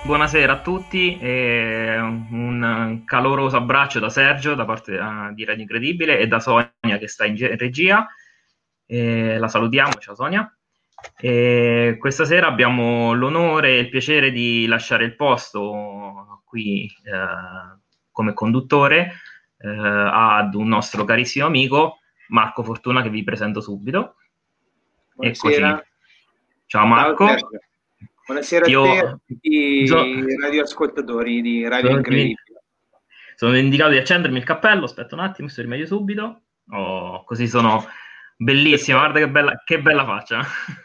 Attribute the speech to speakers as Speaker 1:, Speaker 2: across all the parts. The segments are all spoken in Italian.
Speaker 1: Buonasera a tutti e un caloroso abbraccio da Sergio da parte di Radio Incredibile e da Sonia che sta in regia. La salutiamo, ciao Sonia. E questa sera abbiamo l'onore e il piacere di lasciare il posto qui come conduttore ad un nostro carissimo amico, Marco Fortuna, che vi presento subito. Eccoci.
Speaker 2: Buonasera.
Speaker 1: Ciao
Speaker 2: Ciao
Speaker 1: Marco.
Speaker 2: Sergio. Buonasera a te e a tutti i radioascoltatori di Radio Incredibile.
Speaker 1: Sono indicato di accendermi il cappello, aspetta un attimo, sto rimedio subito. Così sono bellissimo, guarda che bella faccia.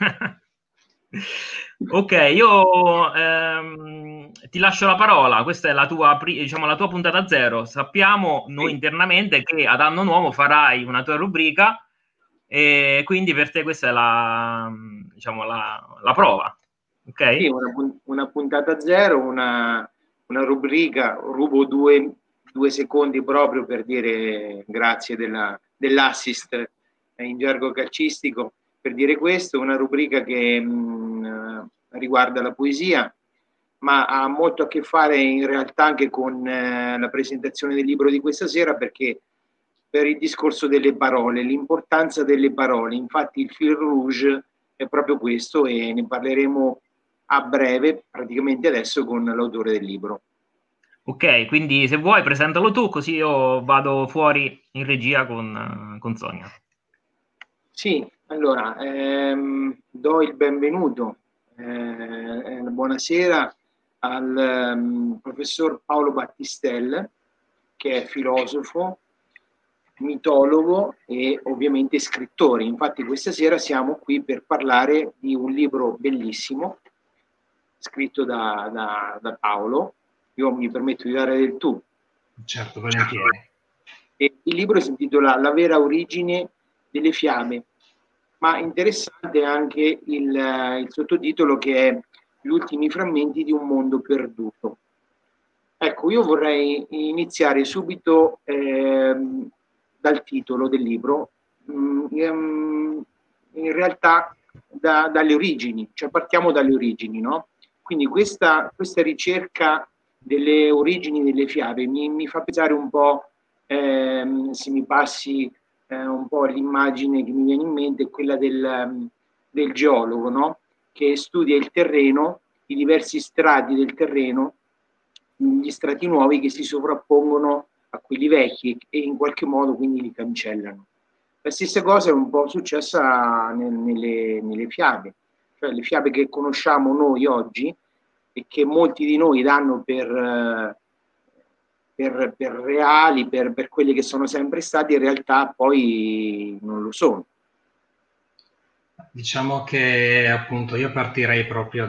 Speaker 1: Ok, io ti lascio la parola, questa è la tua, la tua puntata zero. Sappiamo noi internamente che ad anno nuovo farai una tua rubrica e quindi per te questa è la prova. Ok?
Speaker 2: Sì, una puntata zero, una rubrica, rubo due secondi proprio per dire grazie dell'assist in gergo calcistico, per dire questo, una rubrica che riguarda la poesia, ma ha molto a che fare in realtà anche con la presentazione del libro di questa sera, perché per il discorso delle parole, l'importanza delle parole. Infatti il fil rouge è proprio questo e ne parleremo a breve, praticamente adesso, con l'autore del libro.
Speaker 1: Ok, quindi se vuoi presentalo tu, così io vado fuori in regia con Sonia.
Speaker 2: Sì, allora, do il benvenuto, buonasera al professor Paolo Battistel, che è filosofo, mitologo e ovviamente scrittore. Infatti questa sera siamo qui per parlare di un libro bellissimo scritto da Paolo. Io mi permetto di dare del tu.
Speaker 3: Certo, volentieri.
Speaker 2: E il libro si intitola La vera origine delle fiabe, ma interessante anche il sottotitolo, che è Gli ultimi frammenti di un mondo perduto. Ecco, io vorrei iniziare subito dal titolo del libro, in realtà dalle origini, cioè partiamo dalle origini, no? Quindi questa ricerca delle origini delle fiabe mi fa pensare un po', se mi passi un po' l'immagine che mi viene in mente, è quella del geologo, no? Che studia il terreno, i diversi strati del terreno, gli strati nuovi che si sovrappongono a quelli vecchi e in qualche modo quindi li cancellano. La stessa cosa è un po' successa nelle fiabe, cioè le fiabe che conosciamo noi oggi e che molti di noi danno per reali, per quelli che sono sempre stati, in realtà poi non lo sono.
Speaker 3: Diciamo che appunto io partirei proprio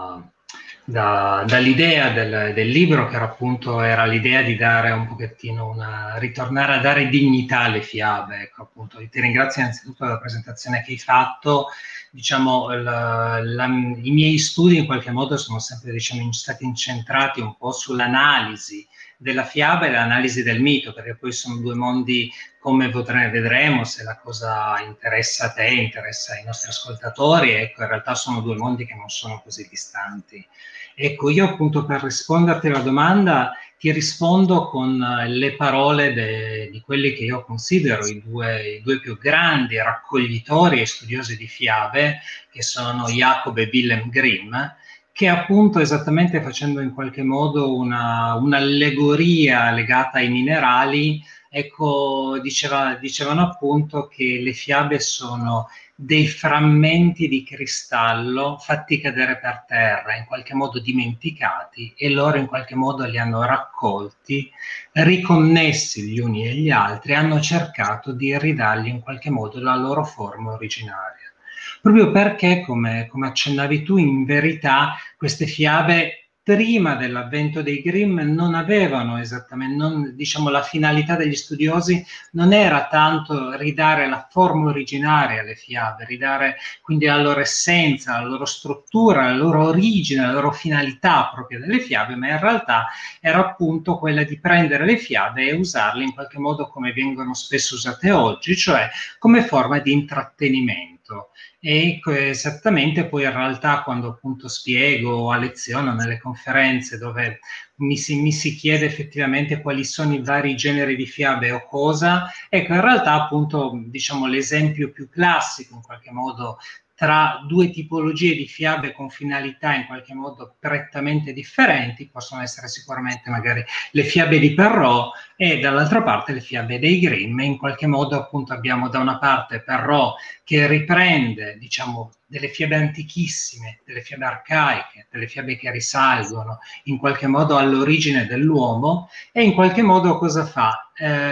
Speaker 3: dall'idea del libro, che era l'idea di dare un pochettino ritornare a dare dignità alle fiabe. Ecco, appunto, ti ringrazio innanzitutto per la presentazione che hai fatto. Diciamo, i miei studi in qualche modo sono sempre, stati incentrati un po' sull'analisi della fiaba e l'analisi del mito, perché poi sono due mondi, come vedremo, se la cosa interessa a te, interessa ai nostri ascoltatori, ecco, in realtà sono due mondi che non sono così distanti. Ecco, io appunto per risponderti alla domanda ti rispondo con le parole di quelli che io considero i due più grandi raccoglitori e studiosi di fiabe, che sono Jacob e Wilhelm Grimm, che appunto, esattamente facendo in qualche modo un'allegoria legata ai minerali, ecco, dicevano appunto che le fiabe sono dei frammenti di cristallo fatti cadere per terra, in qualche modo dimenticati, e loro in qualche modo li hanno raccolti, riconnessi gli uni agli altri, hanno cercato di ridargli in qualche modo la loro forma originaria. Proprio perché, come accennavi tu, in verità queste fiabe prima dell'avvento dei Grimm non avevano esattamente, diciamo, la finalità degli studiosi non era tanto ridare la forma originaria alle fiabe, ridare quindi la loro essenza, la loro struttura, la loro origine, la loro finalità propria delle fiabe, ma in realtà era appunto quella di prendere le fiabe e usarle in qualche modo come vengono spesso usate oggi, cioè come forma di intrattenimento. E esattamente poi in realtà quando appunto spiego a lezione o nelle conferenze dove mi si chiede effettivamente quali sono i vari generi di fiabe o cosa, ecco in realtà appunto diciamo l'esempio più classico in qualche modo tra due tipologie di fiabe con finalità in qualche modo prettamente differenti possono essere sicuramente magari le fiabe di Perrault e dall'altra parte le fiabe dei Grimm. In qualche modo appunto abbiamo da una parte Perrault che riprende, diciamo, delle fiabe antichissime, delle fiabe arcaiche, delle fiabe che risalgono in qualche modo all'origine dell'uomo e in qualche modo cosa fa?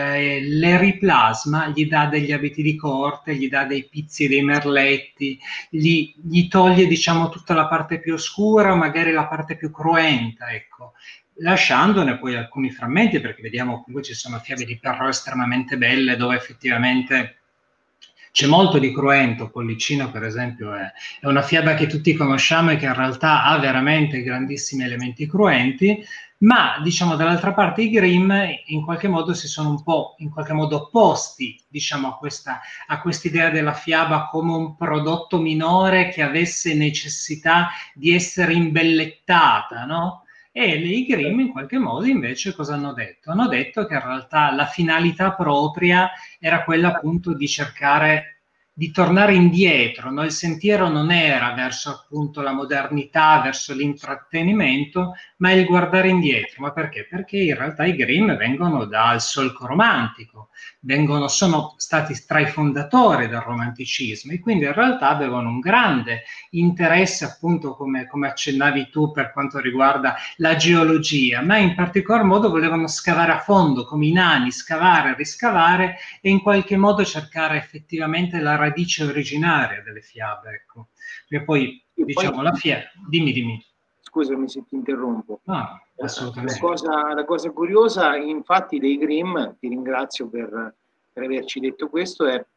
Speaker 3: Le riplasma, gli dà degli abiti di corte, gli dà dei pizzi, dei merletti, gli toglie, diciamo, tutta la parte più oscura, magari la parte più cruenta, ecco, lasciandone poi alcuni frammenti, perché vediamo comunque ci sono fiabe di Perrault estremamente belle dove effettivamente c'è molto di cruento. Pollicino per esempio è una fiaba che tutti conosciamo e che in realtà ha veramente grandissimi elementi cruenti, ma diciamo dall'altra parte i Grimm in qualche modo si sono un po' in qualche modo opposti, diciamo, a quest'idea della fiaba come un prodotto minore che avesse necessità di essere imbellettata, no? E i Grimm in qualche modo invece cosa hanno detto? Hanno detto che in realtà la finalità propria era quella appunto di cercare di tornare indietro, no? Il sentiero non era verso appunto la modernità, verso l'intrattenimento, ma il guardare indietro. Ma perché? Perché in realtà i Grimm vengono dal solco romantico, sono stati tra i fondatori del romanticismo e quindi in realtà avevano un grande interesse appunto come accennavi tu per quanto riguarda la geologia, ma in particolar modo volevano scavare a fondo come i nani, scavare, riscavare e in qualche modo cercare effettivamente la radice originaria delle fiabe, ecco. E poi diciamo la fiaba, dimmi.
Speaker 2: Scusami se ti interrompo.
Speaker 3: No, assolutamente.
Speaker 2: La cosa curiosa, infatti, dei Grimm, ti ringrazio per averci detto questo, è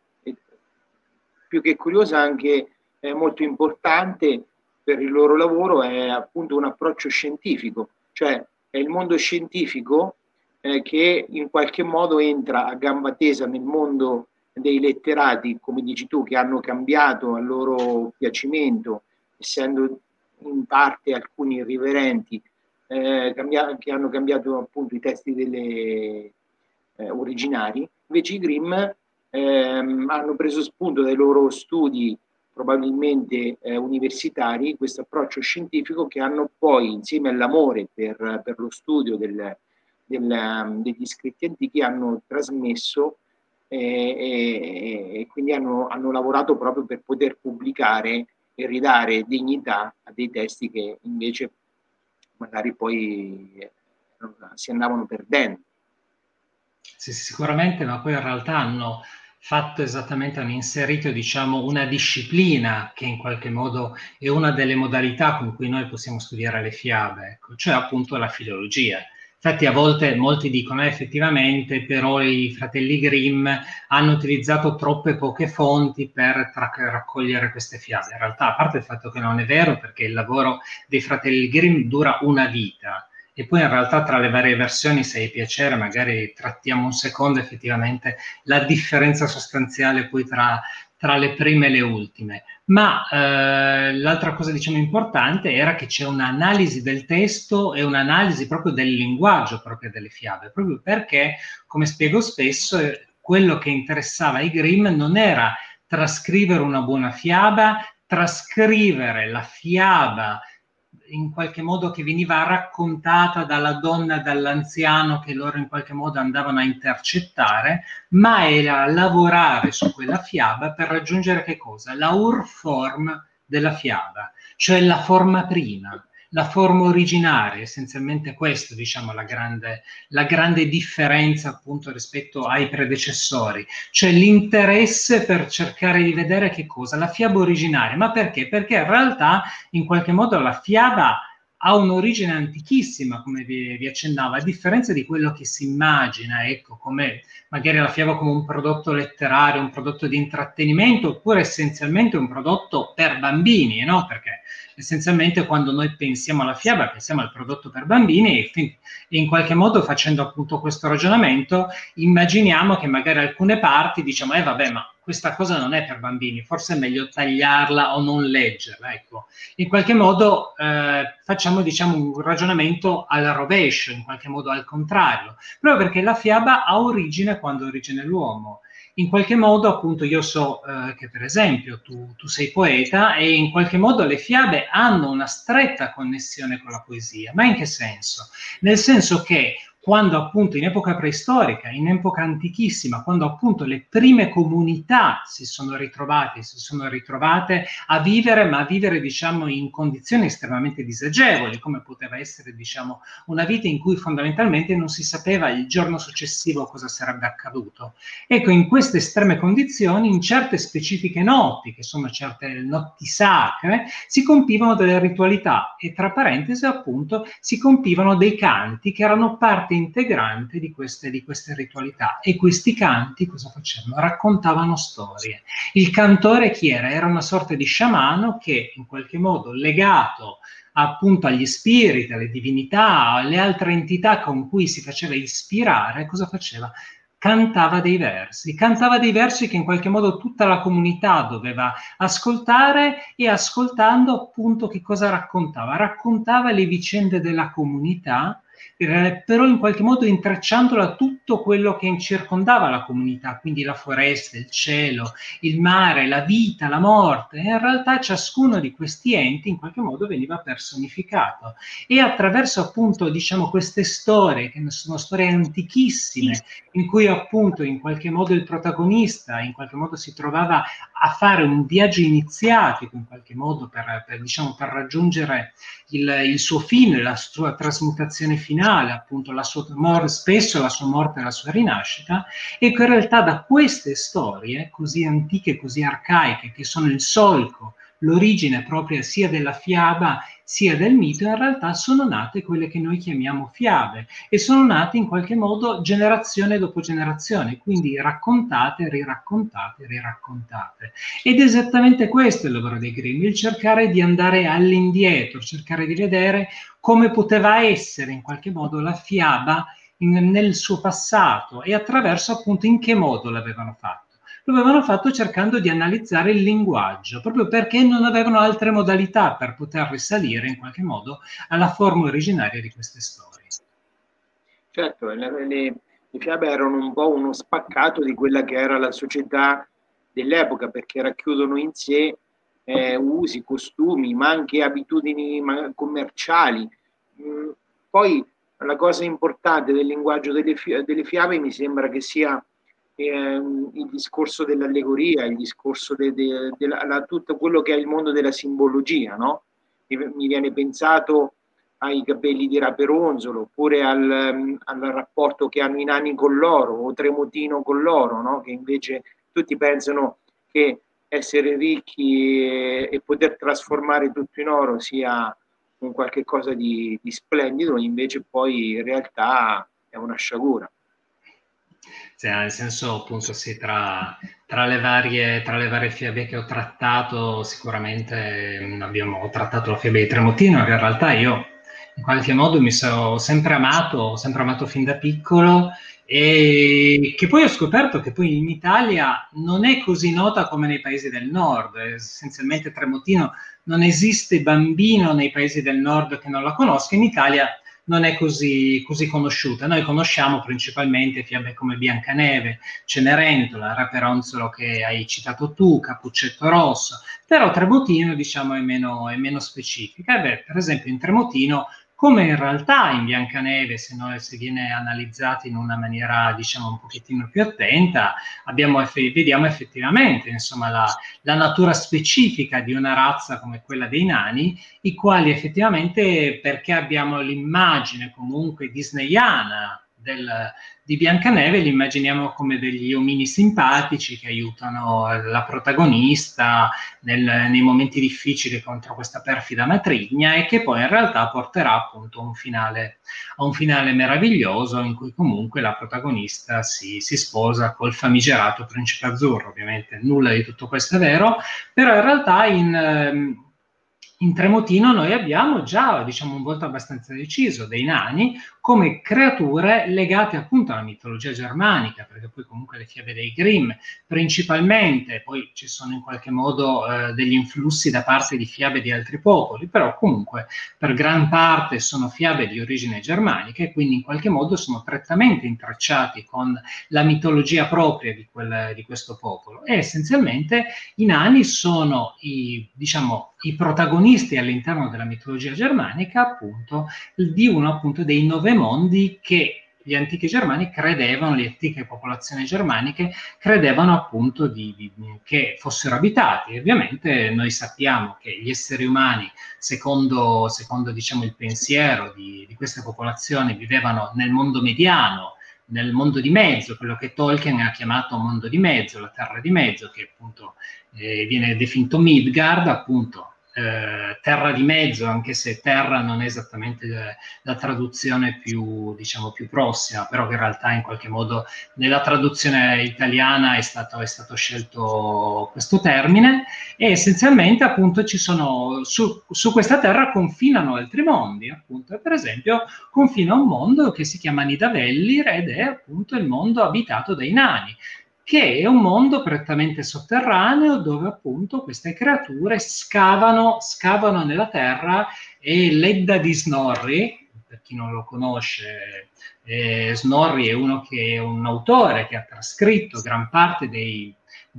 Speaker 2: più che curiosa anche molto importante per il loro lavoro, è appunto un approccio scientifico, cioè è il mondo scientifico che in qualche modo entra a gamba tesa nel mondo dei letterati, come dici tu, che hanno cambiato a loro piacimento, essendo in parte alcuni irriverenti, che hanno cambiato appunto i testi delle originari. Invece i Grimm hanno preso spunto dai loro studi probabilmente universitari, questo approccio scientifico che hanno poi, insieme all'amore per lo studio degli scritti antichi, hanno trasmesso e quindi hanno lavorato proprio per poter pubblicare e ridare dignità a dei testi che invece magari poi si andavano perdendo.
Speaker 3: Sì, sicuramente, ma poi in realtà hanno inserito, diciamo, una disciplina che in qualche modo è una delle modalità con cui noi possiamo studiare le fiabe, ecco, cioè appunto la filologia. Infatti a volte molti dicono effettivamente però i fratelli Grimm hanno utilizzato troppe poche fonti per raccogliere queste fiabe. In realtà, a parte il fatto che non è vero, perché il lavoro dei fratelli Grimm dura una vita, e poi in realtà tra le varie versioni, se hai piacere, magari trattiamo un secondo effettivamente la differenza sostanziale poi tra le prime e le ultime. Ma l'altra cosa, diciamo, importante era che c'è un'analisi del testo e un'analisi proprio del linguaggio proprio delle fiabe, proprio perché, come spiego spesso, quello che interessava ai Grimm non era trascrivere una buona fiaba, trascrivere la fiaba in qualche modo che veniva raccontata dalla donna, dall'anziano che loro in qualche modo andavano a intercettare, ma era lavorare su quella fiaba per raggiungere che cosa? La urform della fiaba, cioè la forma prima, la forma originaria, essenzialmente questo, diciamo, la grande differenza appunto rispetto ai predecessori, cioè l'interesse per cercare di vedere che cosa? La fiaba originaria, ma perché? Perché in realtà in qualche modo la fiaba ha un'origine antichissima, come vi accennavo, a differenza di quello che si immagina, ecco, come magari la fiaba come un prodotto letterario, un prodotto di intrattenimento, oppure essenzialmente un prodotto per bambini, no? Perché essenzialmente quando noi pensiamo alla fiaba, pensiamo al prodotto per bambini e in qualche modo facendo appunto questo ragionamento immaginiamo che magari alcune parti diciamo vabbè, ma questa cosa non è per bambini, forse è meglio tagliarla o non leggerla, ecco. In qualche modo facciamo diciamo un ragionamento al rovescio, in qualche modo al contrario, proprio perché la fiaba ha origine quando ha origine l'uomo. In qualche modo, appunto, io so che per esempio tu sei poeta e in qualche modo le fiabe hanno una stretta connessione con la poesia. Ma in che senso? Nel senso che quando appunto in epoca preistorica, in epoca antichissima, quando appunto le prime comunità si sono ritrovate a vivere, ma a vivere diciamo in condizioni estremamente disagevoli, come poteva essere diciamo una vita in cui fondamentalmente non si sapeva il giorno successivo cosa sarebbe accaduto. Ecco, in queste estreme condizioni, in certe specifiche notti, che sono certe notti sacre, si compivano delle ritualità e tra parentesi appunto si compivano dei canti che erano parte integrante di queste ritualità, e questi canti cosa facevano? Raccontavano storie. Il cantore chi era? Era una sorta di sciamano che in qualche modo legato appunto agli spiriti, alle divinità, alle altre entità con cui si faceva ispirare, cosa faceva? Cantava dei versi che in qualche modo tutta la comunità doveva ascoltare, e ascoltando appunto che cosa raccontava? Raccontava le vicende della comunità, però in qualche modo intrecciandola a tutto quello che circondava la comunità, quindi la foresta, il cielo, il mare, la vita, la morte. E in realtà ciascuno di questi enti in qualche modo veniva personificato, e attraverso appunto diciamo queste storie, che sono storie antichissime, in cui appunto in qualche modo il protagonista in qualche modo si trovava a fare un viaggio iniziatico in qualche modo per raggiungere il suo fine, la sua trasmutazione finale, appunto la sua spesso la sua morte e la sua rinascita. E che in realtà da queste storie così antiche, così arcaiche, che sono il solco, l'origine propria sia della fiaba sia del mito, in realtà sono nate quelle che noi chiamiamo fiabe, e sono nate in qualche modo generazione dopo generazione, quindi raccontate, riraccontate, riraccontate. Ed è esattamente questo il lavoro dei Grimm, il cercare di andare all'indietro, cercare di vedere come poteva essere in qualche modo la fiaba nel suo passato, e attraverso appunto in che modo l'avevano fatto. Lo avevano fatto cercando di analizzare il linguaggio, proprio perché non avevano altre modalità per poter risalire in qualche modo alla forma originaria di queste storie.
Speaker 2: Certo, le fiabe erano un po' uno spaccato di quella che era la società dell'epoca, perché racchiudono in sé usi, costumi, ma anche abitudini commerciali. Poi la cosa importante del linguaggio delle fiabe mi sembra che sia il discorso dell'allegoria, il discorso tutto quello che è il mondo della simbologia, no? Mi viene pensato ai capelli di Raperonzolo, oppure al rapporto che hanno i nani con l'oro, o Tremotino con l'oro, no? Che invece tutti pensano che essere ricchi e poter trasformare tutto in oro sia un qualche cosa di splendido, invece poi in realtà è una sciagura.
Speaker 3: Cioè, nel senso appunto sì, tra le varie fiabe che ho trattato, sicuramente ho trattato la fiaba di Tremotino, che in realtà io in qualche modo mi sono sempre amato fin da piccolo, e che poi ho scoperto che poi in Italia non è così nota come nei paesi del nord. Essenzialmente Tremotino non esiste bambino nei paesi del nord che non la conosca. In Italia non è così conosciuta. Noi conosciamo principalmente fiabe come Biancaneve, Cenerentola, Raperonzolo che hai citato tu, Cappuccetto Rosso, però Tremotino diciamo è meno specifica. Per esempio in Tremotino, come in realtà in Biancaneve, se viene analizzato in una maniera diciamo un pochettino più attenta, vediamo effettivamente insomma la natura specifica di una razza come quella dei nani, i quali effettivamente, perché abbiamo l'immagine comunque disneyana di Biancaneve, li immaginiamo come degli omini simpatici che aiutano la protagonista nei momenti difficili contro questa perfida matrigna, e che poi in realtà porterà appunto a un finale meraviglioso in cui comunque la protagonista si sposa col famigerato principe azzurro. Ovviamente nulla di tutto questo è vero, però in realtà in Tremotino noi abbiamo già, diciamo, un volto abbastanza deciso dei nani come creature legate appunto alla mitologia germanica, perché poi comunque le fiabe dei Grimm principalmente, poi ci sono in qualche modo degli influssi da parte di fiabe di altri popoli, però comunque per gran parte sono fiabe di origine germanica e quindi in qualche modo sono prettamente intrecciati con la mitologia propria di questo popolo. E essenzialmente i nani sono diciamo, i protagonisti all'interno della mitologia germanica appunto di uno appunto dei 9 mondi che gli antichi germani credevano, le antiche popolazioni germaniche credevano appunto che fossero abitati. E ovviamente noi sappiamo che gli esseri umani, secondo diciamo, il pensiero di queste popolazioni, vivevano nel mondo mediano, nel mondo di mezzo, quello che Tolkien ha chiamato mondo di mezzo, la terra di mezzo, che appunto viene definito Midgard, appunto terra di mezzo, anche se terra non è esattamente la traduzione più, diciamo, più prossima, però che in realtà in qualche modo nella traduzione italiana è stato scelto questo termine, e essenzialmente appunto ci sono su questa terra confinano altri mondi, appunto, e per esempio confina un mondo che si chiama Nidavellir ed è appunto il mondo abitato dai nani, che è un mondo prettamente sotterraneo dove appunto queste creature scavano nella terra, e l'Edda di Snorri, per chi non lo conosce, Snorri è un autore che ha trascritto gran parte dei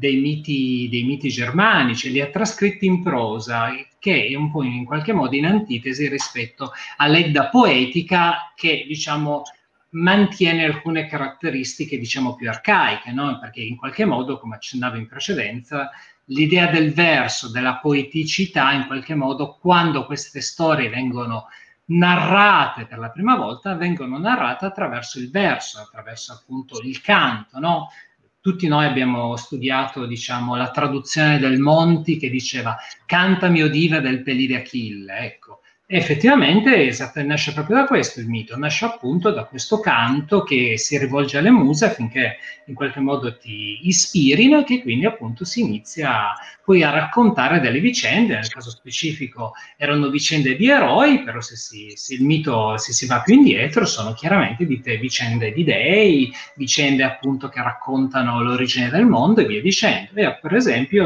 Speaker 3: miti germanici, li ha trascritti in prosa, che è un po' in qualche modo in antitesi rispetto all'Edda poetica, che diciamo mantiene alcune caratteristiche diciamo più arcaiche, no? Perché in qualche modo, come accennavo in precedenza, l'idea del verso, della poeticità, in qualche modo, quando queste storie vengono narrate per la prima volta, vengono narrate attraverso il verso, attraverso appunto il canto, no? Tutti noi abbiamo studiato, diciamo, la traduzione del Monti che diceva "Cantami, o diva del pelide Achille", ecco. E effettivamente nasce proprio da questo il mito, nasce appunto da questo canto che si rivolge alle muse affinché in qualche modo ti ispirino, e che quindi appunto si inizia poi a raccontare delle vicende. Nel caso specifico erano vicende di eroi, però se il mito, se si va più indietro, sono chiaramente vicende di dei, vicende appunto che raccontano l'origine del mondo e via dicendo. E per esempio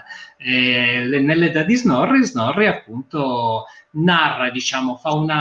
Speaker 3: nell'Edda di Snorri appunto narra, diciamo,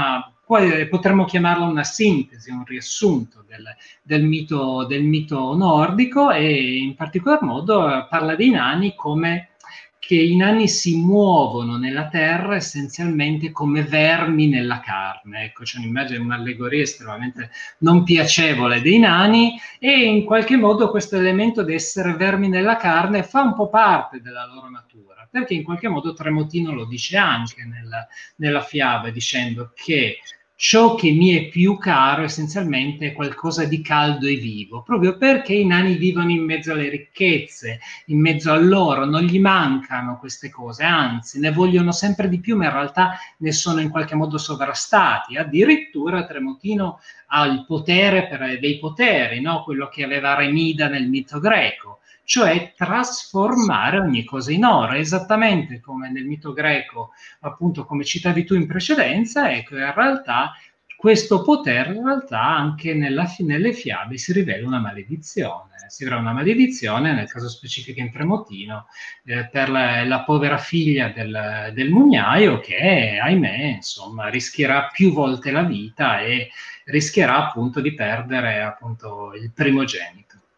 Speaker 3: potremmo chiamarla una sintesi, un riassunto del mito nordico, e in particolar modo parla dei nani come che i nani si muovono nella terra essenzialmente come vermi nella carne. Ecco, c'è un'immagine, un'allegoria estremamente non piacevole dei nani, e in qualche modo questo elemento di essere vermi nella carne fa un po' parte della loro natura, perché in qualche modo Tremotino lo dice anche nella fiaba, dicendo che ciò che mi è più caro essenzialmente è qualcosa di caldo e vivo, proprio perché i nani vivono in mezzo alle ricchezze, in mezzo a loro, non gli mancano queste cose, anzi ne vogliono sempre di più, ma in realtà ne sono in qualche modo sovrastati. Addirittura Tremotino ha il potere dei poteri, no? Quello che aveva Remida nel mito greco, cioè trasformare ogni cosa in oro, esattamente come nel mito greco, appunto come citavi tu in precedenza. Ecco, in realtà questo potere in realtà anche nelle fiabe si rivela una maledizione. Si rivela una maledizione, nel caso specifico in Tremotino, per la povera figlia del mugnaio, che, ahimè, insomma, rischierà più volte la vita e rischierà appunto di perdere appunto il primogenito.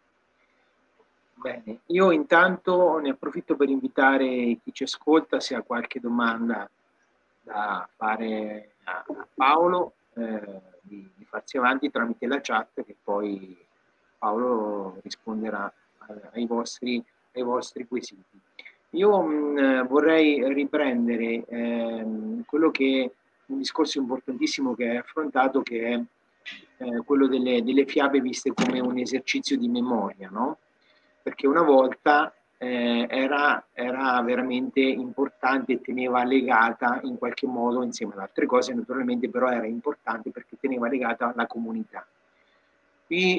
Speaker 2: Bene, io intanto ne approfitto per invitare chi ci ascolta, se ha qualche domanda da fare a Paolo, di farsi avanti tramite la chat, che poi Paolo risponderà ai vostri quesiti. Io vorrei riprendere quello che è un discorso importantissimo che hai affrontato, che è quello delle fiabe viste come un esercizio di memoria, no? Perché una volta era veramente importante e teneva legata in qualche modo, insieme ad altre cose naturalmente, però era importante perché teneva legata la comunità. Qui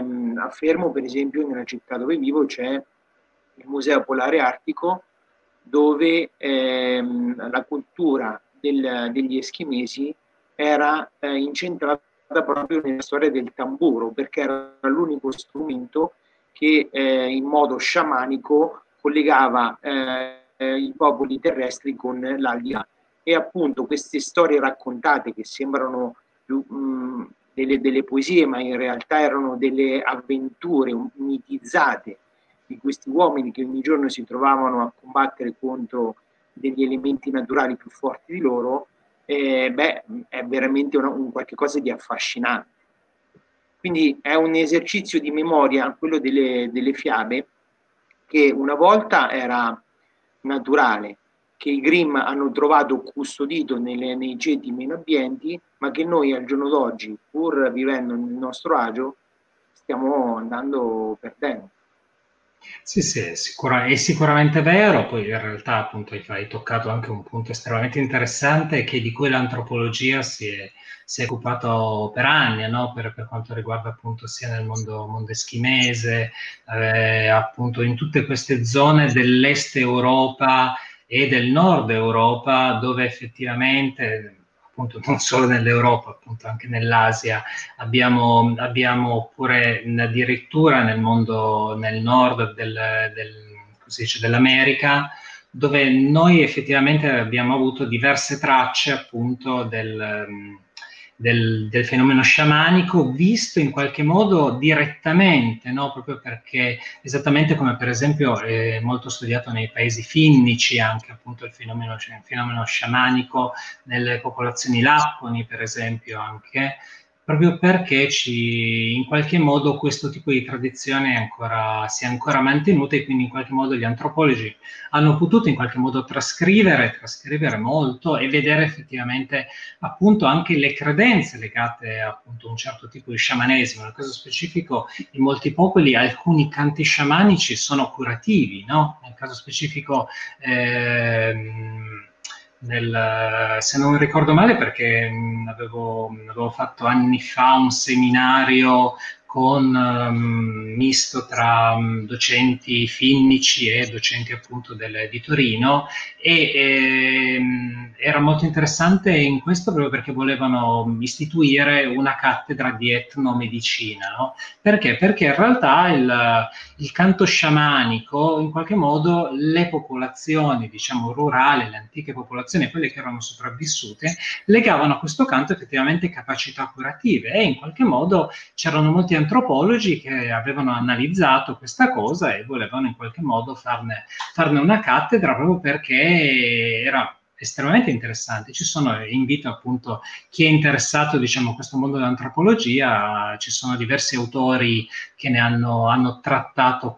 Speaker 2: affermo, per esempio, nella città dove vivo c'è il Museo Polare Artico, dove la cultura degli eschimesi era incentrata proprio nella storia del tamburo, perché era l'unico strumento che in modo sciamanico collegava i popoli terrestri con l'aldilà. E appunto queste storie raccontate, che sembrano più delle poesie, ma in realtà erano delle avventure mitizzate di questi uomini che ogni giorno si trovavano a combattere contro degli elementi naturali più forti di loro, è veramente un qualche cosa di affascinante. Quindi è un esercizio di memoria, quello delle fiabe, che una volta era naturale, che i Grimm hanno trovato custodito nei ceti meno abbienti, ma che noi al giorno d'oggi, pur vivendo nel nostro agio, stiamo andando perdendo.
Speaker 3: Sì, sì, è sicuramente vero, poi in realtà appunto hai toccato anche un punto estremamente interessante che di cui l'antropologia si è occupato per anni, no? Per quanto riguarda appunto sia nel mondo eschimese, appunto in tutte queste zone dell'est Europa e del nord Europa dove effettivamente, appunto non solo nell'Europa, appunto anche nell'Asia, abbiamo pure addirittura nel mondo, nel nord così dice, dell'America, dove noi effettivamente abbiamo avuto diverse tracce appunto del fenomeno sciamanico visto in qualche modo direttamente, no? Proprio perché esattamente come per esempio è molto studiato nei paesi finnici anche appunto il fenomeno sciamanico nelle popolazioni lapponi, per esempio, anche proprio perché in qualche modo questo tipo di tradizione si è ancora mantenuta e quindi in qualche modo gli antropologi hanno potuto in qualche modo trascrivere molto e vedere effettivamente appunto anche le credenze legate appunto a un certo tipo di sciamanesimo. Nel caso specifico in molti popoli alcuni canti sciamanici sono curativi, no? Nel caso specifico se non ricordo male, perché avevo fatto anni fa un seminario misto tra docenti finnici e docenti appunto di Torino e era molto interessante in questo proprio perché volevano istituire una cattedra di etnomedicina, no? Perché? Perché in realtà il canto sciamanico, in qualche modo, le popolazioni, diciamo, rurali, le antiche popolazioni, quelle che erano sopravvissute, legavano a questo canto effettivamente capacità curative e in qualche modo c'erano molti antropologi che avevano analizzato questa cosa e volevano in qualche modo farne una cattedra proprio perché era estremamente interessante. Invito appunto chi è interessato, diciamo, a questo mondo dell'antropologia, ci sono diversi autori che ne hanno trattato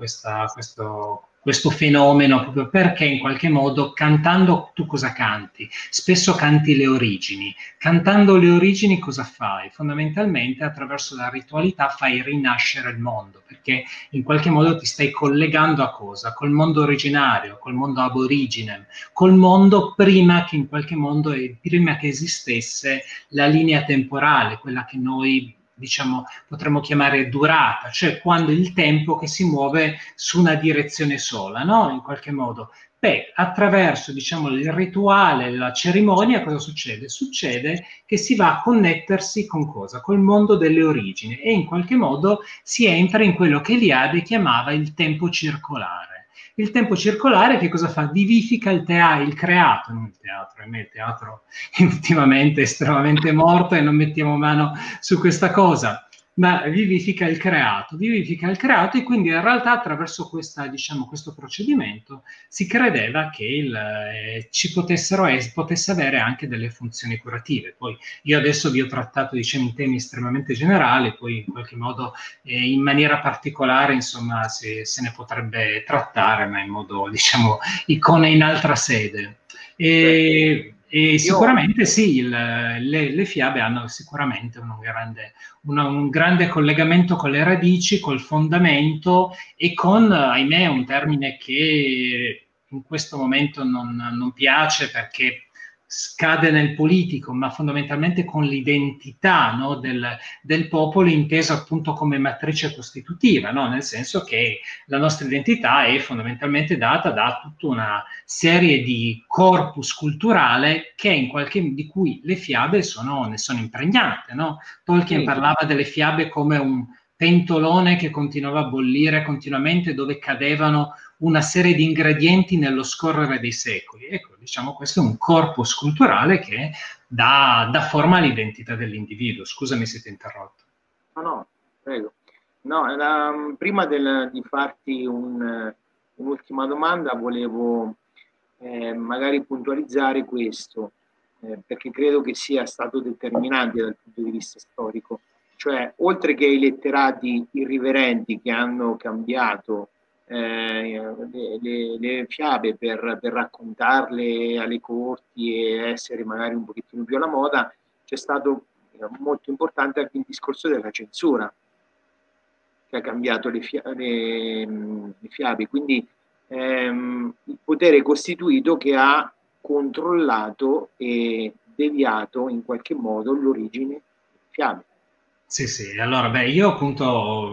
Speaker 3: questo fenomeno proprio perché in qualche modo cantando tu cosa canti? Spesso canti le origini. Cantando le origini cosa fai? Fondamentalmente attraverso la ritualità fai rinascere il mondo perché in qualche modo ti stai collegando a cosa? Col mondo originario, col mondo aborigine, col mondo prima che in qualche modo, prima che esistesse la linea temporale, quella che noi diciamo potremmo chiamare durata, cioè quando il tempo che si muove su una direzione sola, no? In qualche modo. Beh, attraverso diciamo il rituale, la cerimonia, cosa succede? Succede che si va a connettersi con cosa? Col mondo delle origini e in qualche modo si entra in quello che Eliade chiamava il tempo circolare. Il tempo circolare che cosa fa? Vivifica il creato, non il teatro, il teatro ultimamente è estremamente morto e non mettiamo mano su questa cosa, ma vivifica il creato e quindi in realtà attraverso questo procedimento si credeva che ci potesse avere anche delle funzioni curative. Poi io adesso vi ho trattato diciamo in temi estremamente generali, poi in qualche modo in maniera particolare insomma se ne potrebbe trattare, ma in modo diciamo in altra sede. E sicuramente sì, le fiabe hanno sicuramente un grande collegamento con le radici, col fondamento e con, ahimè, un termine che in questo momento non piace perché scade nel politico, ma fondamentalmente con l'identità, no, del popolo inteso appunto come matrice costitutiva, no? Nel senso che la nostra identità è fondamentalmente data da tutta una serie di corpus culturale di cui le fiabe ne sono impregnate, no? Tolkien parlava delle fiabe come un pentolone che continuava a bollire continuamente, dove cadevano una serie di ingredienti nello scorrere dei secoli. Ecco, diciamo, questo è un corpus culturale che dà forma all'identità dell'individuo. Scusami se ti ho interrotto.
Speaker 2: No, prego. No, prima di farti un'ultima domanda, volevo magari puntualizzare questo, perché credo che sia stato determinante dal punto di vista storico. Cioè, oltre che ai letterati irriverenti che hanno cambiato le fiabe per raccontarle alle corti e essere magari un pochettino più alla moda, c'è stato molto importante anche il discorso della censura, che ha cambiato le fiabe, quindi il potere costituito che ha controllato e deviato in qualche modo l'origine delle fiabe.
Speaker 3: Sì, allora, io appunto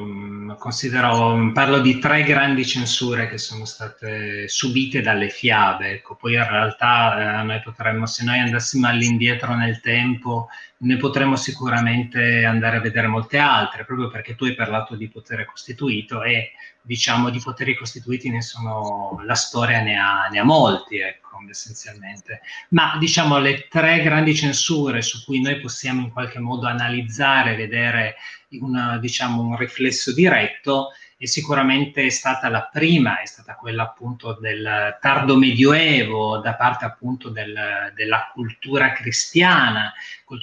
Speaker 3: parlo di 3 grandi censure che sono state subite dalle fiabe, ecco. Poi in realtà se noi andassimo all'indietro nel tempo, ne potremmo sicuramente andare a vedere molte altre, proprio perché tu hai parlato di potere costituito e diciamo di poteri costituiti la storia ne ha molti, ecco, essenzialmente. Ma diciamo le 3 grandi censure su cui noi possiamo in qualche modo analizzare, vedere un riflesso diretto, e sicuramente è stata la prima, è stata quella appunto del tardo medioevo, da parte appunto della cultura cristiana,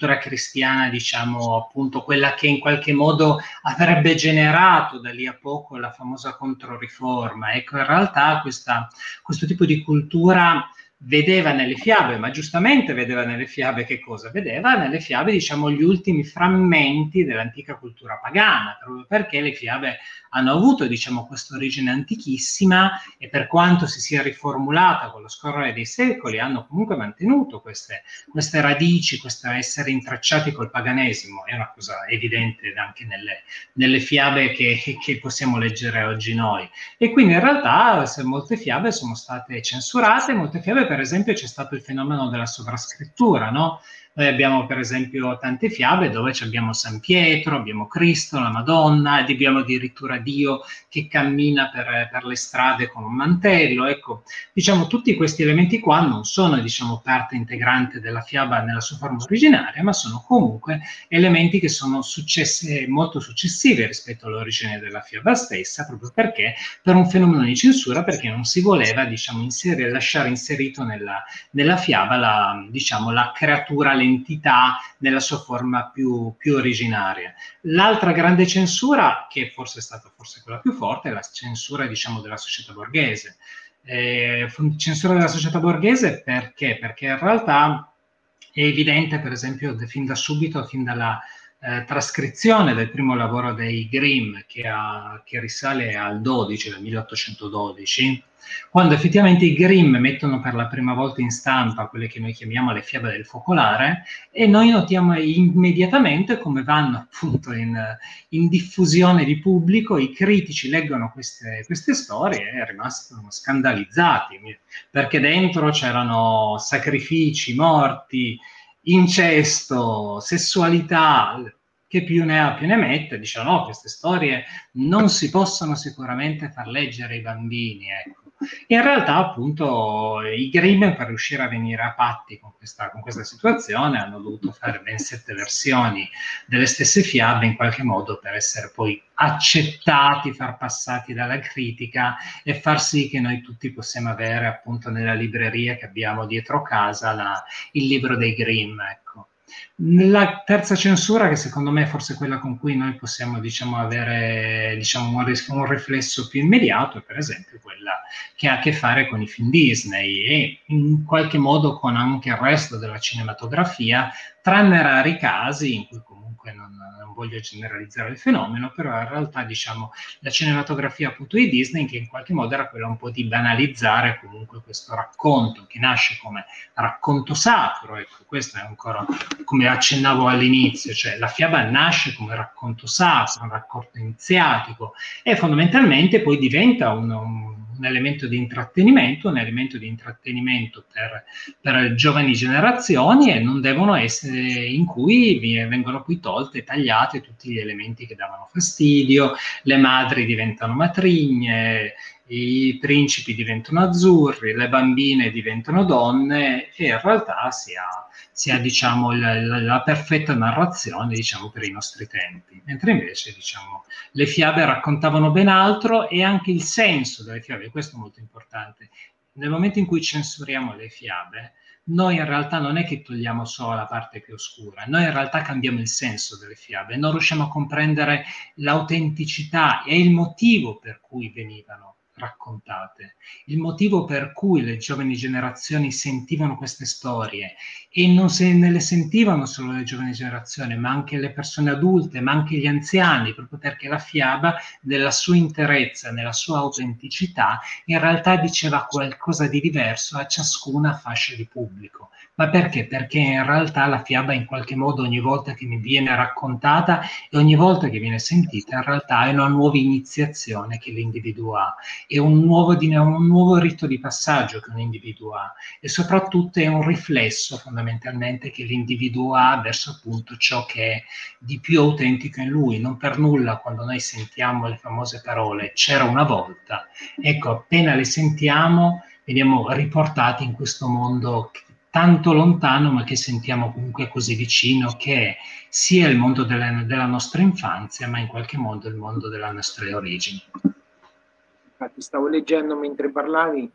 Speaker 3: diciamo appunto quella che in qualche modo avrebbe generato da lì a poco la famosa Controriforma. Ecco, in realtà questo tipo di cultura vedeva nelle fiabe, ma giustamente vedeva nelle fiabe che cosa? Vedeva nelle fiabe, diciamo, gli ultimi frammenti dell'antica cultura pagana, proprio perché le fiabe hanno avuto, diciamo, questa origine antichissima e per quanto si sia riformulata con lo scorrere dei secoli, hanno comunque mantenuto queste radici, questo essere intrecciati col paganesimo. È una cosa evidente anche nelle fiabe che possiamo leggere oggi noi. E quindi in realtà molte fiabe sono state censurate, molte fiabe, per esempio, c'è stato il fenomeno della sovrascrittura, no? Noi abbiamo per esempio tante fiabe dove abbiamo San Pietro, abbiamo Cristo, la Madonna, ed abbiamo addirittura Dio che cammina per le strade con un mantello. Ecco, diciamo, tutti questi elementi qua non sono, diciamo, parte integrante della fiaba nella sua forma originaria, ma sono comunque elementi che sono molto successivi rispetto all'origine della fiaba stessa, proprio perché per un fenomeno di censura, perché non si voleva, diciamo, lasciare inserito nella fiaba la creatura, l'entità nella sua forma più originaria. L'altra grande censura, che forse è stata quella più forte, è la censura, diciamo, della società borghese. Censura della società borghese perché? Perché in realtà è evidente, per esempio, fin da subito, fin dalla trascrizione del primo lavoro dei Grimm, che risale al 1812, quando effettivamente i Grimm mettono per la prima volta in stampa quelle che noi chiamiamo le fiabe del focolare, e noi notiamo immediatamente come vanno appunto in diffusione di pubblico, i critici leggono queste storie e rimasero scandalizzati, perché dentro c'erano sacrifici, morti, incesto, sessualità, che più ne ha più ne mette. Diciamo, no, queste storie non si possono sicuramente far leggere ai bambini, ecco. In realtà, appunto, i Grimm, per riuscire a venire a patti con questa situazione, hanno dovuto fare ben 7 versioni delle stesse fiabe, in qualche modo, per essere poi accettati, far passati dalla critica e far sì che noi tutti possiamo avere, appunto, nella libreria che abbiamo dietro casa il libro dei Grimm, ecco. La terza censura, che secondo me è forse quella con cui noi possiamo, diciamo, avere, diciamo, un riflesso più immediato, è per esempio quella che ha a che fare con i film Disney e in qualche modo con anche il resto della cinematografia, tranne rari casi in cui comunque non voglio generalizzare il fenomeno, però in realtà diciamo la cinematografia appunto di Disney che in qualche modo era quella un po' di banalizzare comunque questo racconto che nasce come racconto sacro, ecco, questo è ancora come accennavo all'inizio, cioè la fiaba nasce come racconto sacro, un racconto iniziatico e fondamentalmente poi diventa un elemento di intrattenimento, per giovani generazioni e non devono essere in cui vengono poi tolte, tagliate tutti gli elementi che davano fastidio, le madri diventano matrigne, i principi diventano azzurri, le bambine diventano donne e in realtà si ha diciamo la perfetta narrazione diciamo per i nostri tempi, mentre invece diciamo le fiabe raccontavano ben altro e anche il senso delle fiabe, questo è molto importante. Nel momento in cui censuriamo le fiabe, noi in realtà non è che togliamo solo la parte più oscura, noi in realtà cambiamo il senso delle fiabe, non riusciamo a comprendere l'autenticità e il motivo per cui venivano raccontate, il motivo per cui le giovani generazioni sentivano queste storie e non se ne le sentivano solo le giovani generazioni, ma anche le persone adulte, ma anche gli anziani, proprio perché la fiaba, nella sua interezza, nella sua autenticità, in realtà diceva qualcosa di diverso a ciascuna fascia di pubblico. Ma perché? Perché in realtà la fiaba in qualche modo ogni volta che mi viene raccontata e ogni volta che viene sentita in realtà è una nuova iniziazione che l'individuo ha, è un nuovo rito di passaggio che un individuo ha e soprattutto è un riflesso fondamentalmente che l'individuo ha verso appunto ciò che è di più autentico in lui. Non per nulla quando noi sentiamo le famose parole "c'era una volta", ecco, appena le sentiamo veniamo riportati in questo mondo tanto lontano ma che sentiamo comunque così vicino, che è sia il mondo della nostra infanzia ma in qualche modo il mondo delle nostre origini.
Speaker 2: Infatti stavo leggendo mentre parlavi,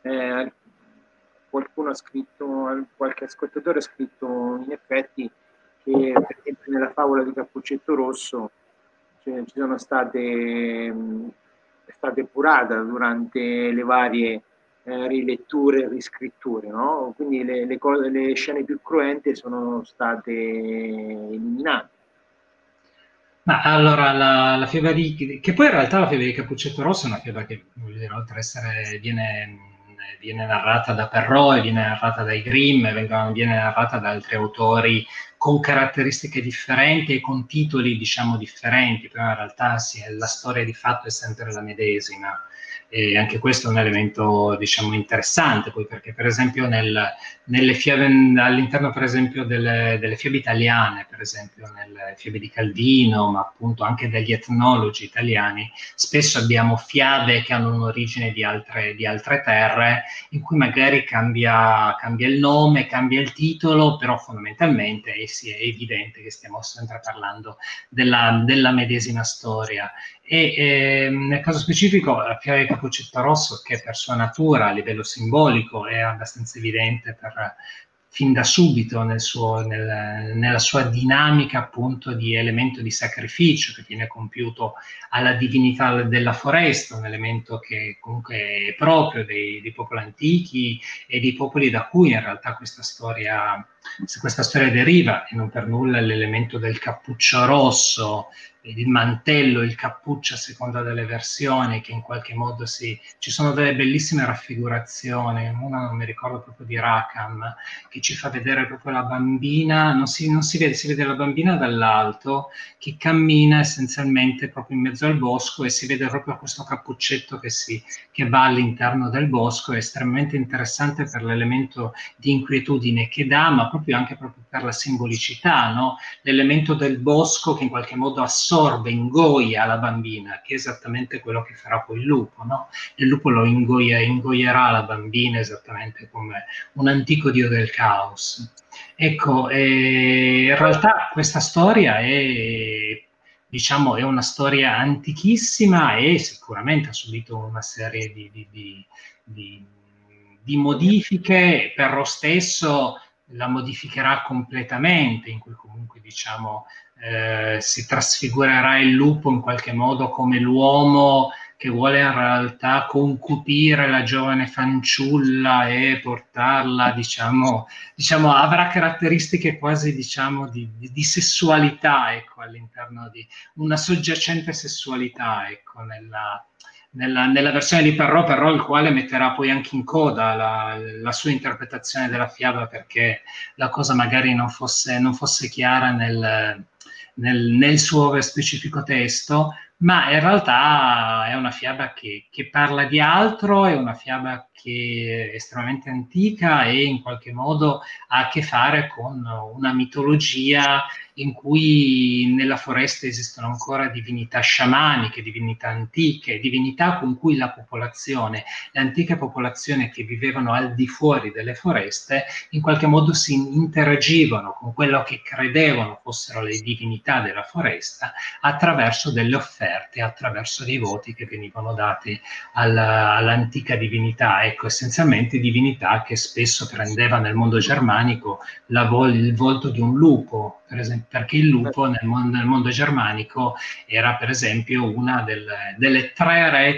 Speaker 2: qualcuno ha scritto, qualche ascoltatore ha scritto in effetti che per esempio nella favola di Cappuccetto Rosso ci sono state, è stata epurata durante le varie riletture e riscritture, no? Quindi le scene più cruente sono state eliminate.
Speaker 3: Ma allora la fiaba che poi in realtà la fiaba di Cappuccetto Rosso è una fiaba che, voglio dire, oltre a essere viene narrata da Perrault, viene narrata dai Grimm, viene narrata da altri autori con caratteristiche differenti e con titoli diciamo differenti, però in realtà la storia di fatto è sempre la medesima. E anche questo è un elemento diciamo interessante poi perché per esempio nelle fiabe all'interno per esempio delle fiabe italiane, per esempio nelle fiabe di Calvino ma appunto anche degli etnologi italiani, spesso abbiamo fiabe che hanno un'origine di altre terre in cui magari cambia il nome, cambia il titolo, però fondamentalmente è evidente che stiamo sempre parlando della medesima storia. E nel caso specifico la fiaba di Cappuccetto Rosso, che per sua natura a livello simbolico è abbastanza evidente fin da subito nella sua dinamica appunto di elemento di sacrificio che viene compiuto alla divinità della foresta, un elemento che comunque è proprio dei popoli antichi e dei popoli da cui in realtà questa storia deriva, e non per nulla l'elemento del cappuccio rosso, il mantello, il cappuccio a seconda delle versioni, che in qualche modo ci sono delle bellissime raffigurazioni, una non mi ricordo proprio di Rackham, che ci fa vedere proprio la bambina, non si vede, si vede la bambina dall'alto che cammina essenzialmente proprio in mezzo al bosco e si vede proprio questo cappuccetto che va all'interno del bosco, è estremamente interessante per l'elemento di inquietudine che dà, ma proprio per la simbolicità, no? L'elemento del bosco che in qualche modo assorbe, ingoia la bambina, che è esattamente quello che farà poi il lupo, no? Il lupo lo ingoierà la bambina esattamente come un antico dio del caos. Ecco, in realtà questa storia è una storia antichissima e sicuramente ha subito una serie di modifiche. Perrault stesso la modificherà completamente, in cui comunque si trasfigurerà il lupo in qualche modo come l'uomo che vuole in realtà concupire la giovane fanciulla e portarla, diciamo avrà caratteristiche quasi, diciamo, di sessualità, ecco, all'interno di una soggiacente sessualità, ecco, nella versione di Perrault, il quale metterà poi anche in coda la sua interpretazione della fiaba, perché la cosa magari non fosse chiara nel suo specifico testo, ma in realtà è una fiaba che parla di altro, è una fiaba che è estremamente antica e in qualche modo ha a che fare con una mitologia in cui nella foresta esistono ancora divinità sciamaniche, divinità antiche, divinità con cui le antiche popolazioni che vivevano al di fuori delle foreste, in qualche modo si interagivano con quello che credevano fossero le divinità della foresta attraverso delle offerte, attraverso dei voti che venivano dati all'antica divinità. Ecco, essenzialmente divinità che spesso prendeva nel mondo germanico il volto di un lupo, per esempio, perché il lupo nel mondo germanico era per esempio una delle tre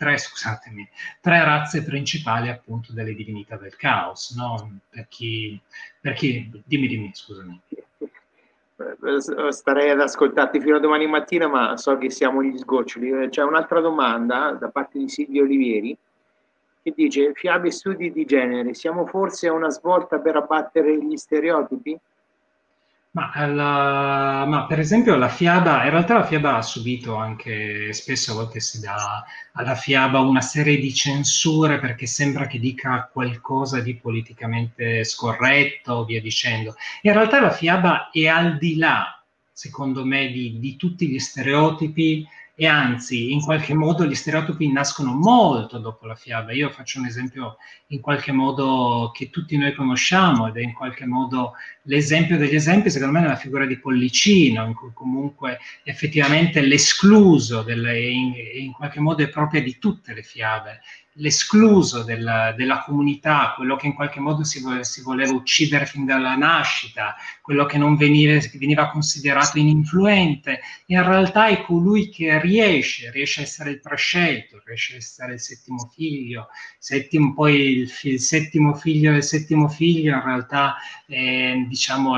Speaker 3: razze principali appunto delle divinità del caos, no? Dimmi, scusami.
Speaker 2: Starei ad ascoltarti fino a domani mattina, ma so che siamo gli sgoccioli. C'è un'altra domanda da parte di Silvio Olivieri che dice: fiabe e studi di genere, siamo forse a una svolta per abbattere gli stereotipi?
Speaker 3: Ma per esempio in realtà la fiaba ha subito anche, spesso a volte si dà alla fiaba una serie di censure perché sembra che dica qualcosa di politicamente scorretto, via dicendo. In realtà la fiaba è al di là, secondo me, di tutti gli stereotipi, e anzi, in qualche modo gli stereotipi nascono molto dopo la fiaba. Io faccio un esempio in qualche modo che tutti noi conosciamo, ed è in qualche modo l'esempio degli esempi, secondo me, è la figura di Pollicino, in cui comunque effettivamente l'escluso in qualche modo è propria di tutte le fiabe, l'escluso della comunità, quello che in qualche modo si voleva uccidere fin dalla nascita, quello che non veniva considerato ininfluente, in realtà è colui che riesce a essere il prescelto, riesce a essere il settimo figlio, poi il settimo figlio del settimo figlio, in realtà diciamo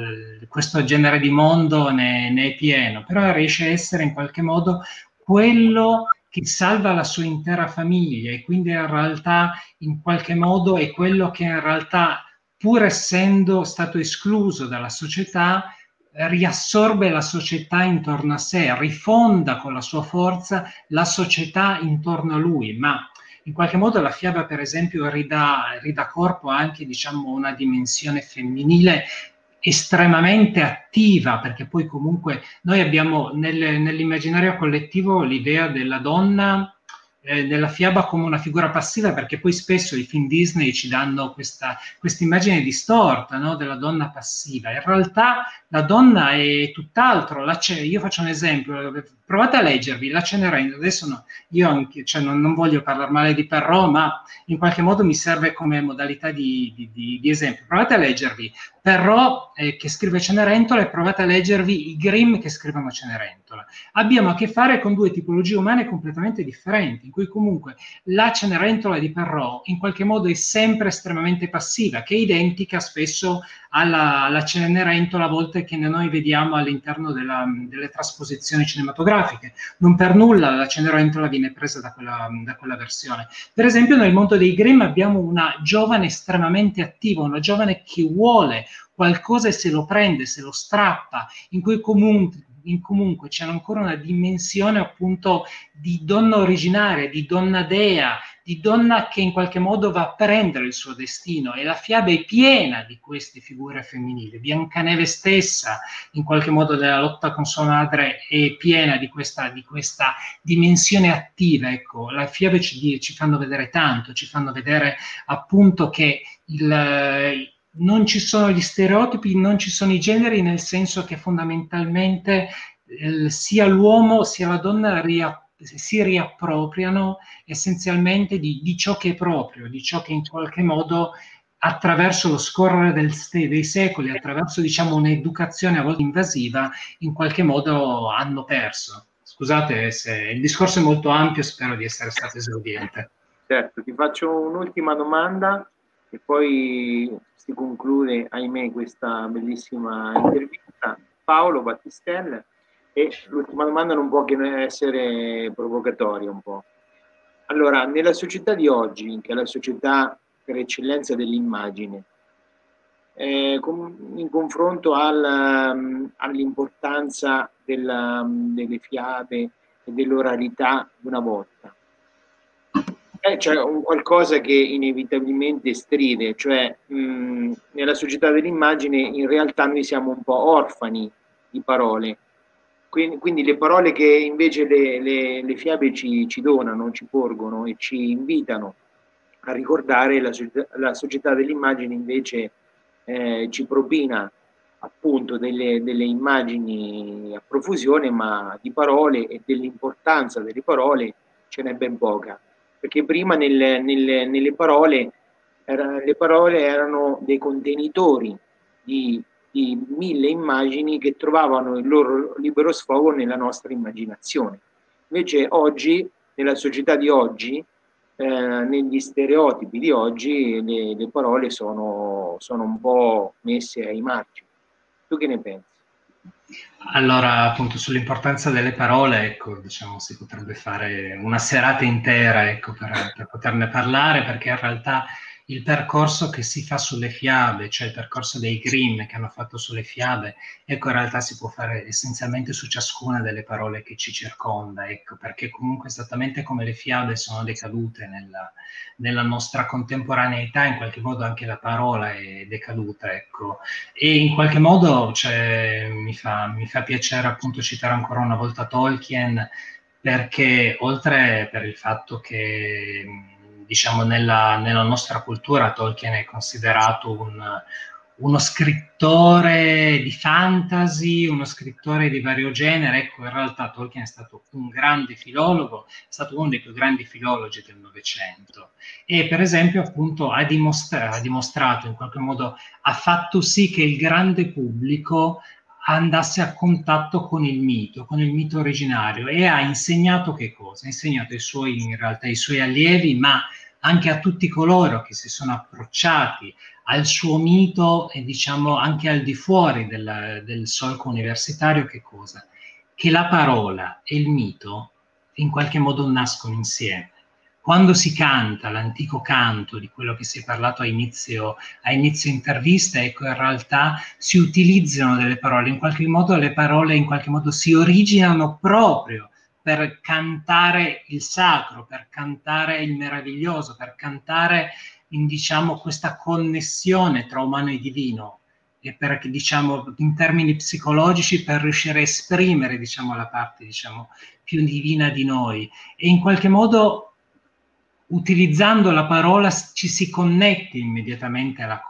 Speaker 3: questo genere di mondo ne è pieno, però riesce a essere in qualche modo quello che salva la sua intera famiglia, e quindi in realtà in qualche modo è quello che in realtà, pur essendo stato escluso dalla società, riassorbe la società intorno a sé, rifonda con la sua forza la società intorno a lui. Ma in qualche modo la fiaba, per esempio, ridà corpo anche, diciamo, una dimensione femminile estremamente attiva, perché poi comunque noi abbiamo nell'immaginario collettivo l'idea della donna nella fiaba come una figura passiva, perché poi spesso i film Disney ci danno questa immagine distorta, no? Della donna passiva. In realtà la donna è tutt'altro. Io faccio un esempio, provate a leggervi La Cenerentola. Adesso no, io anche, cioè non voglio parlare male di Perrault, ma in qualche modo mi serve come modalità di esempio. Provate a leggervi Perrault che scrive Cenerentola, e provate a leggervi i Grimm che scrivono Cenerentola. Abbiamo a che fare con due tipologie umane completamente differenti, in cui comunque la Cenerentola di Perrault in qualche modo è sempre estremamente passiva, che è identica spesso alla Cenerentola a volte che noi vediamo all'interno delle trasposizioni cinematografiche. Non per nulla la Cenerentola viene presa da quella versione. Per esempio nel mondo dei Grimm abbiamo una giovane estremamente attiva, una giovane che vuole qualcosa e se lo prende, se lo strappa, in cui comunque c'è ancora una dimensione appunto di donna originaria, di donna dea, di donna che in qualche modo va a prendere il suo destino, e la fiaba è piena di queste figure femminili. Biancaneve stessa, in qualche modo, della lotta con sua madre, è piena di questa dimensione attiva. Ecco, le fiabe ci fanno vedere tanto, ci fanno vedere appunto che non ci sono gli stereotipi, non ci sono i generi, nel senso che fondamentalmente sia l'uomo sia la donna si riappropriano essenzialmente di ciò che è proprio, di ciò che in qualche modo attraverso lo scorrere dei secoli, attraverso, diciamo, un'educazione a volte invasiva, in qualche modo hanno perso. scusate se il discorso è molto ampio, spero di essere stato esauriente.
Speaker 2: Certo, ti faccio un'ultima domanda e poi si conclude, ahimè, questa bellissima intervista. Paolo Battistella, e l'ultima domanda non può che essere provocatoria un po'. Allora, nella società di oggi, che è la società per eccellenza dell'immagine, in confronto all'importanza delle fiabe e dell'oralità di una volta, c'è un qualcosa che inevitabilmente stride, cioè nella società dell'immagine in realtà noi siamo un po' orfani di parole, quindi le parole che invece le fiabe ci donano, ci porgono e ci invitano a ricordare, la società dell'immagine invece ci propina appunto delle immagini a profusione, ma di parole e dell'importanza delle parole ce n'è ben poca, perché prima nelle parole, le parole erano dei contenitori di 1000 immagini che trovavano il loro libero sfogo nella nostra immaginazione. Invece oggi, nella società di oggi, negli stereotipi di oggi, le parole sono un po' messe ai margini. Tu che ne pensi?
Speaker 3: Allora, appunto, sull'importanza delle parole, ecco, diciamo, si potrebbe fare una serata intera, ecco, per poterne parlare, perché in realtà il percorso che si fa sulle fiabe, cioè il percorso dei Grimm che hanno fatto sulle fiabe, ecco, in realtà si può fare essenzialmente su ciascuna delle parole che ci circonda, ecco, perché comunque esattamente come le fiabe sono decadute nella nostra contemporaneità, in qualche modo anche la parola è decaduta, ecco. E in qualche modo, cioè, mi fa piacere appunto citare ancora una volta Tolkien, perché oltre per il fatto che diciamo nella nostra cultura Tolkien è considerato uno scrittore di fantasy, uno scrittore di vario genere. Ecco, in realtà Tolkien è stato un grande filologo, è stato uno dei più grandi filologi del Novecento e per esempio appunto ha dimostrato in qualche modo, ha fatto sì che il grande pubblico andasse a contatto con il mito originario, e ha insegnato che cosa? Ha insegnato in realtà ai suoi allievi, ma anche a tutti coloro che si sono approcciati al suo mito e diciamo anche al di fuori del solco universitario, che cosa? Che la parola e il mito in qualche modo nascono insieme. Quando si canta l'antico canto di quello che si è parlato a inizio intervista, ecco, in realtà si utilizzano delle parole, in qualche modo le parole in qualche modo si originano proprio per cantare il sacro, per cantare il meraviglioso, per cantare diciamo questa connessione tra umano e divino, e per, diciamo, in termini psicologici, per riuscire a esprimere, diciamo, la parte, diciamo, più divina di noi. E in qualche modo, utilizzando la parola, ci si connette immediatamente alla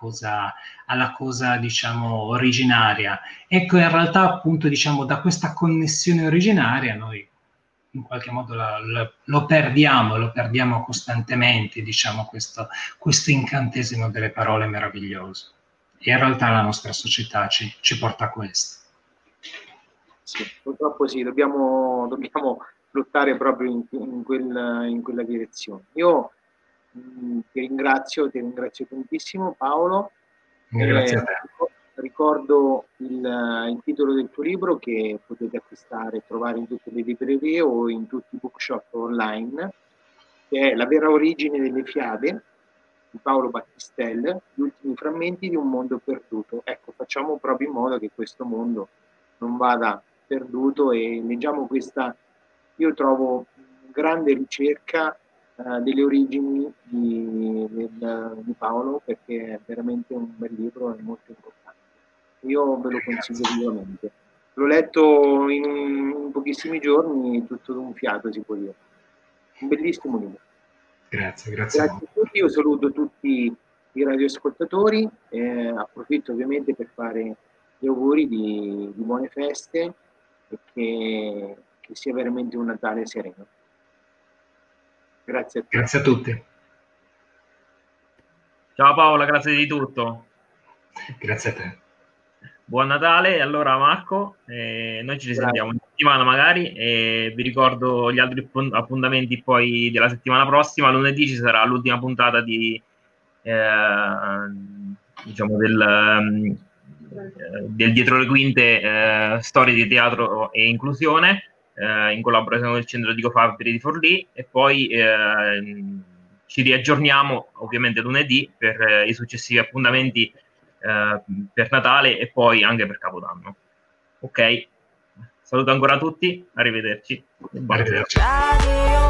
Speaker 3: cosa, diciamo, originaria. Ecco, in realtà, appunto, diciamo, da questa connessione originaria noi in qualche modo lo perdiamo costantemente, diciamo, questo incantesimo delle parole meravigliose. E in realtà la nostra società ci porta a questo.
Speaker 2: Sì, purtroppo sì, dobbiamo lottare proprio in quella direzione. Io ti ringrazio tantissimo, Paolo.
Speaker 3: Grazie a te.
Speaker 2: Ricordo il titolo del tuo libro, che potete acquistare e trovare in tutte le librerie o in tutti i bookshop online, che è La vera origine delle fiabe di Paolo Battistella, gli ultimi frammenti di un mondo perduto. Ecco, facciamo proprio in modo che questo mondo non vada perduto e leggiamo questa, io trovo, grande ricerca delle origini di Paolo, perché è veramente un bel libro e molto importante. Io ve lo consiglio vivamente. L'ho letto in pochissimi giorni, tutto d'un fiato, si può dire. Un bellissimo libro.
Speaker 3: Grazie
Speaker 2: A tutti, io saluto tutti i radioascoltatori, approfitto ovviamente per fare gli auguri di buone feste e che sia veramente un Natale sereno. Grazie a tutti.
Speaker 3: Grazie a tutti.
Speaker 1: Ciao Paola, grazie di tutto.
Speaker 3: Grazie a te.
Speaker 1: Buon Natale, allora Marco, noi ci risentiamo. settimana magari, e vi ricordo gli altri appuntamenti poi della settimana prossima. Lunedì ci sarà l'ultima puntata di diciamo del dietro le quinte, storie di teatro e inclusione, in collaborazione con il centro di Fabbri di Forlì, e poi ci riaggiorniamo ovviamente lunedì per i successivi appuntamenti per Natale e poi anche per Capodanno. Ok, saluto ancora tutti, arrivederci.
Speaker 3: Arrivederci.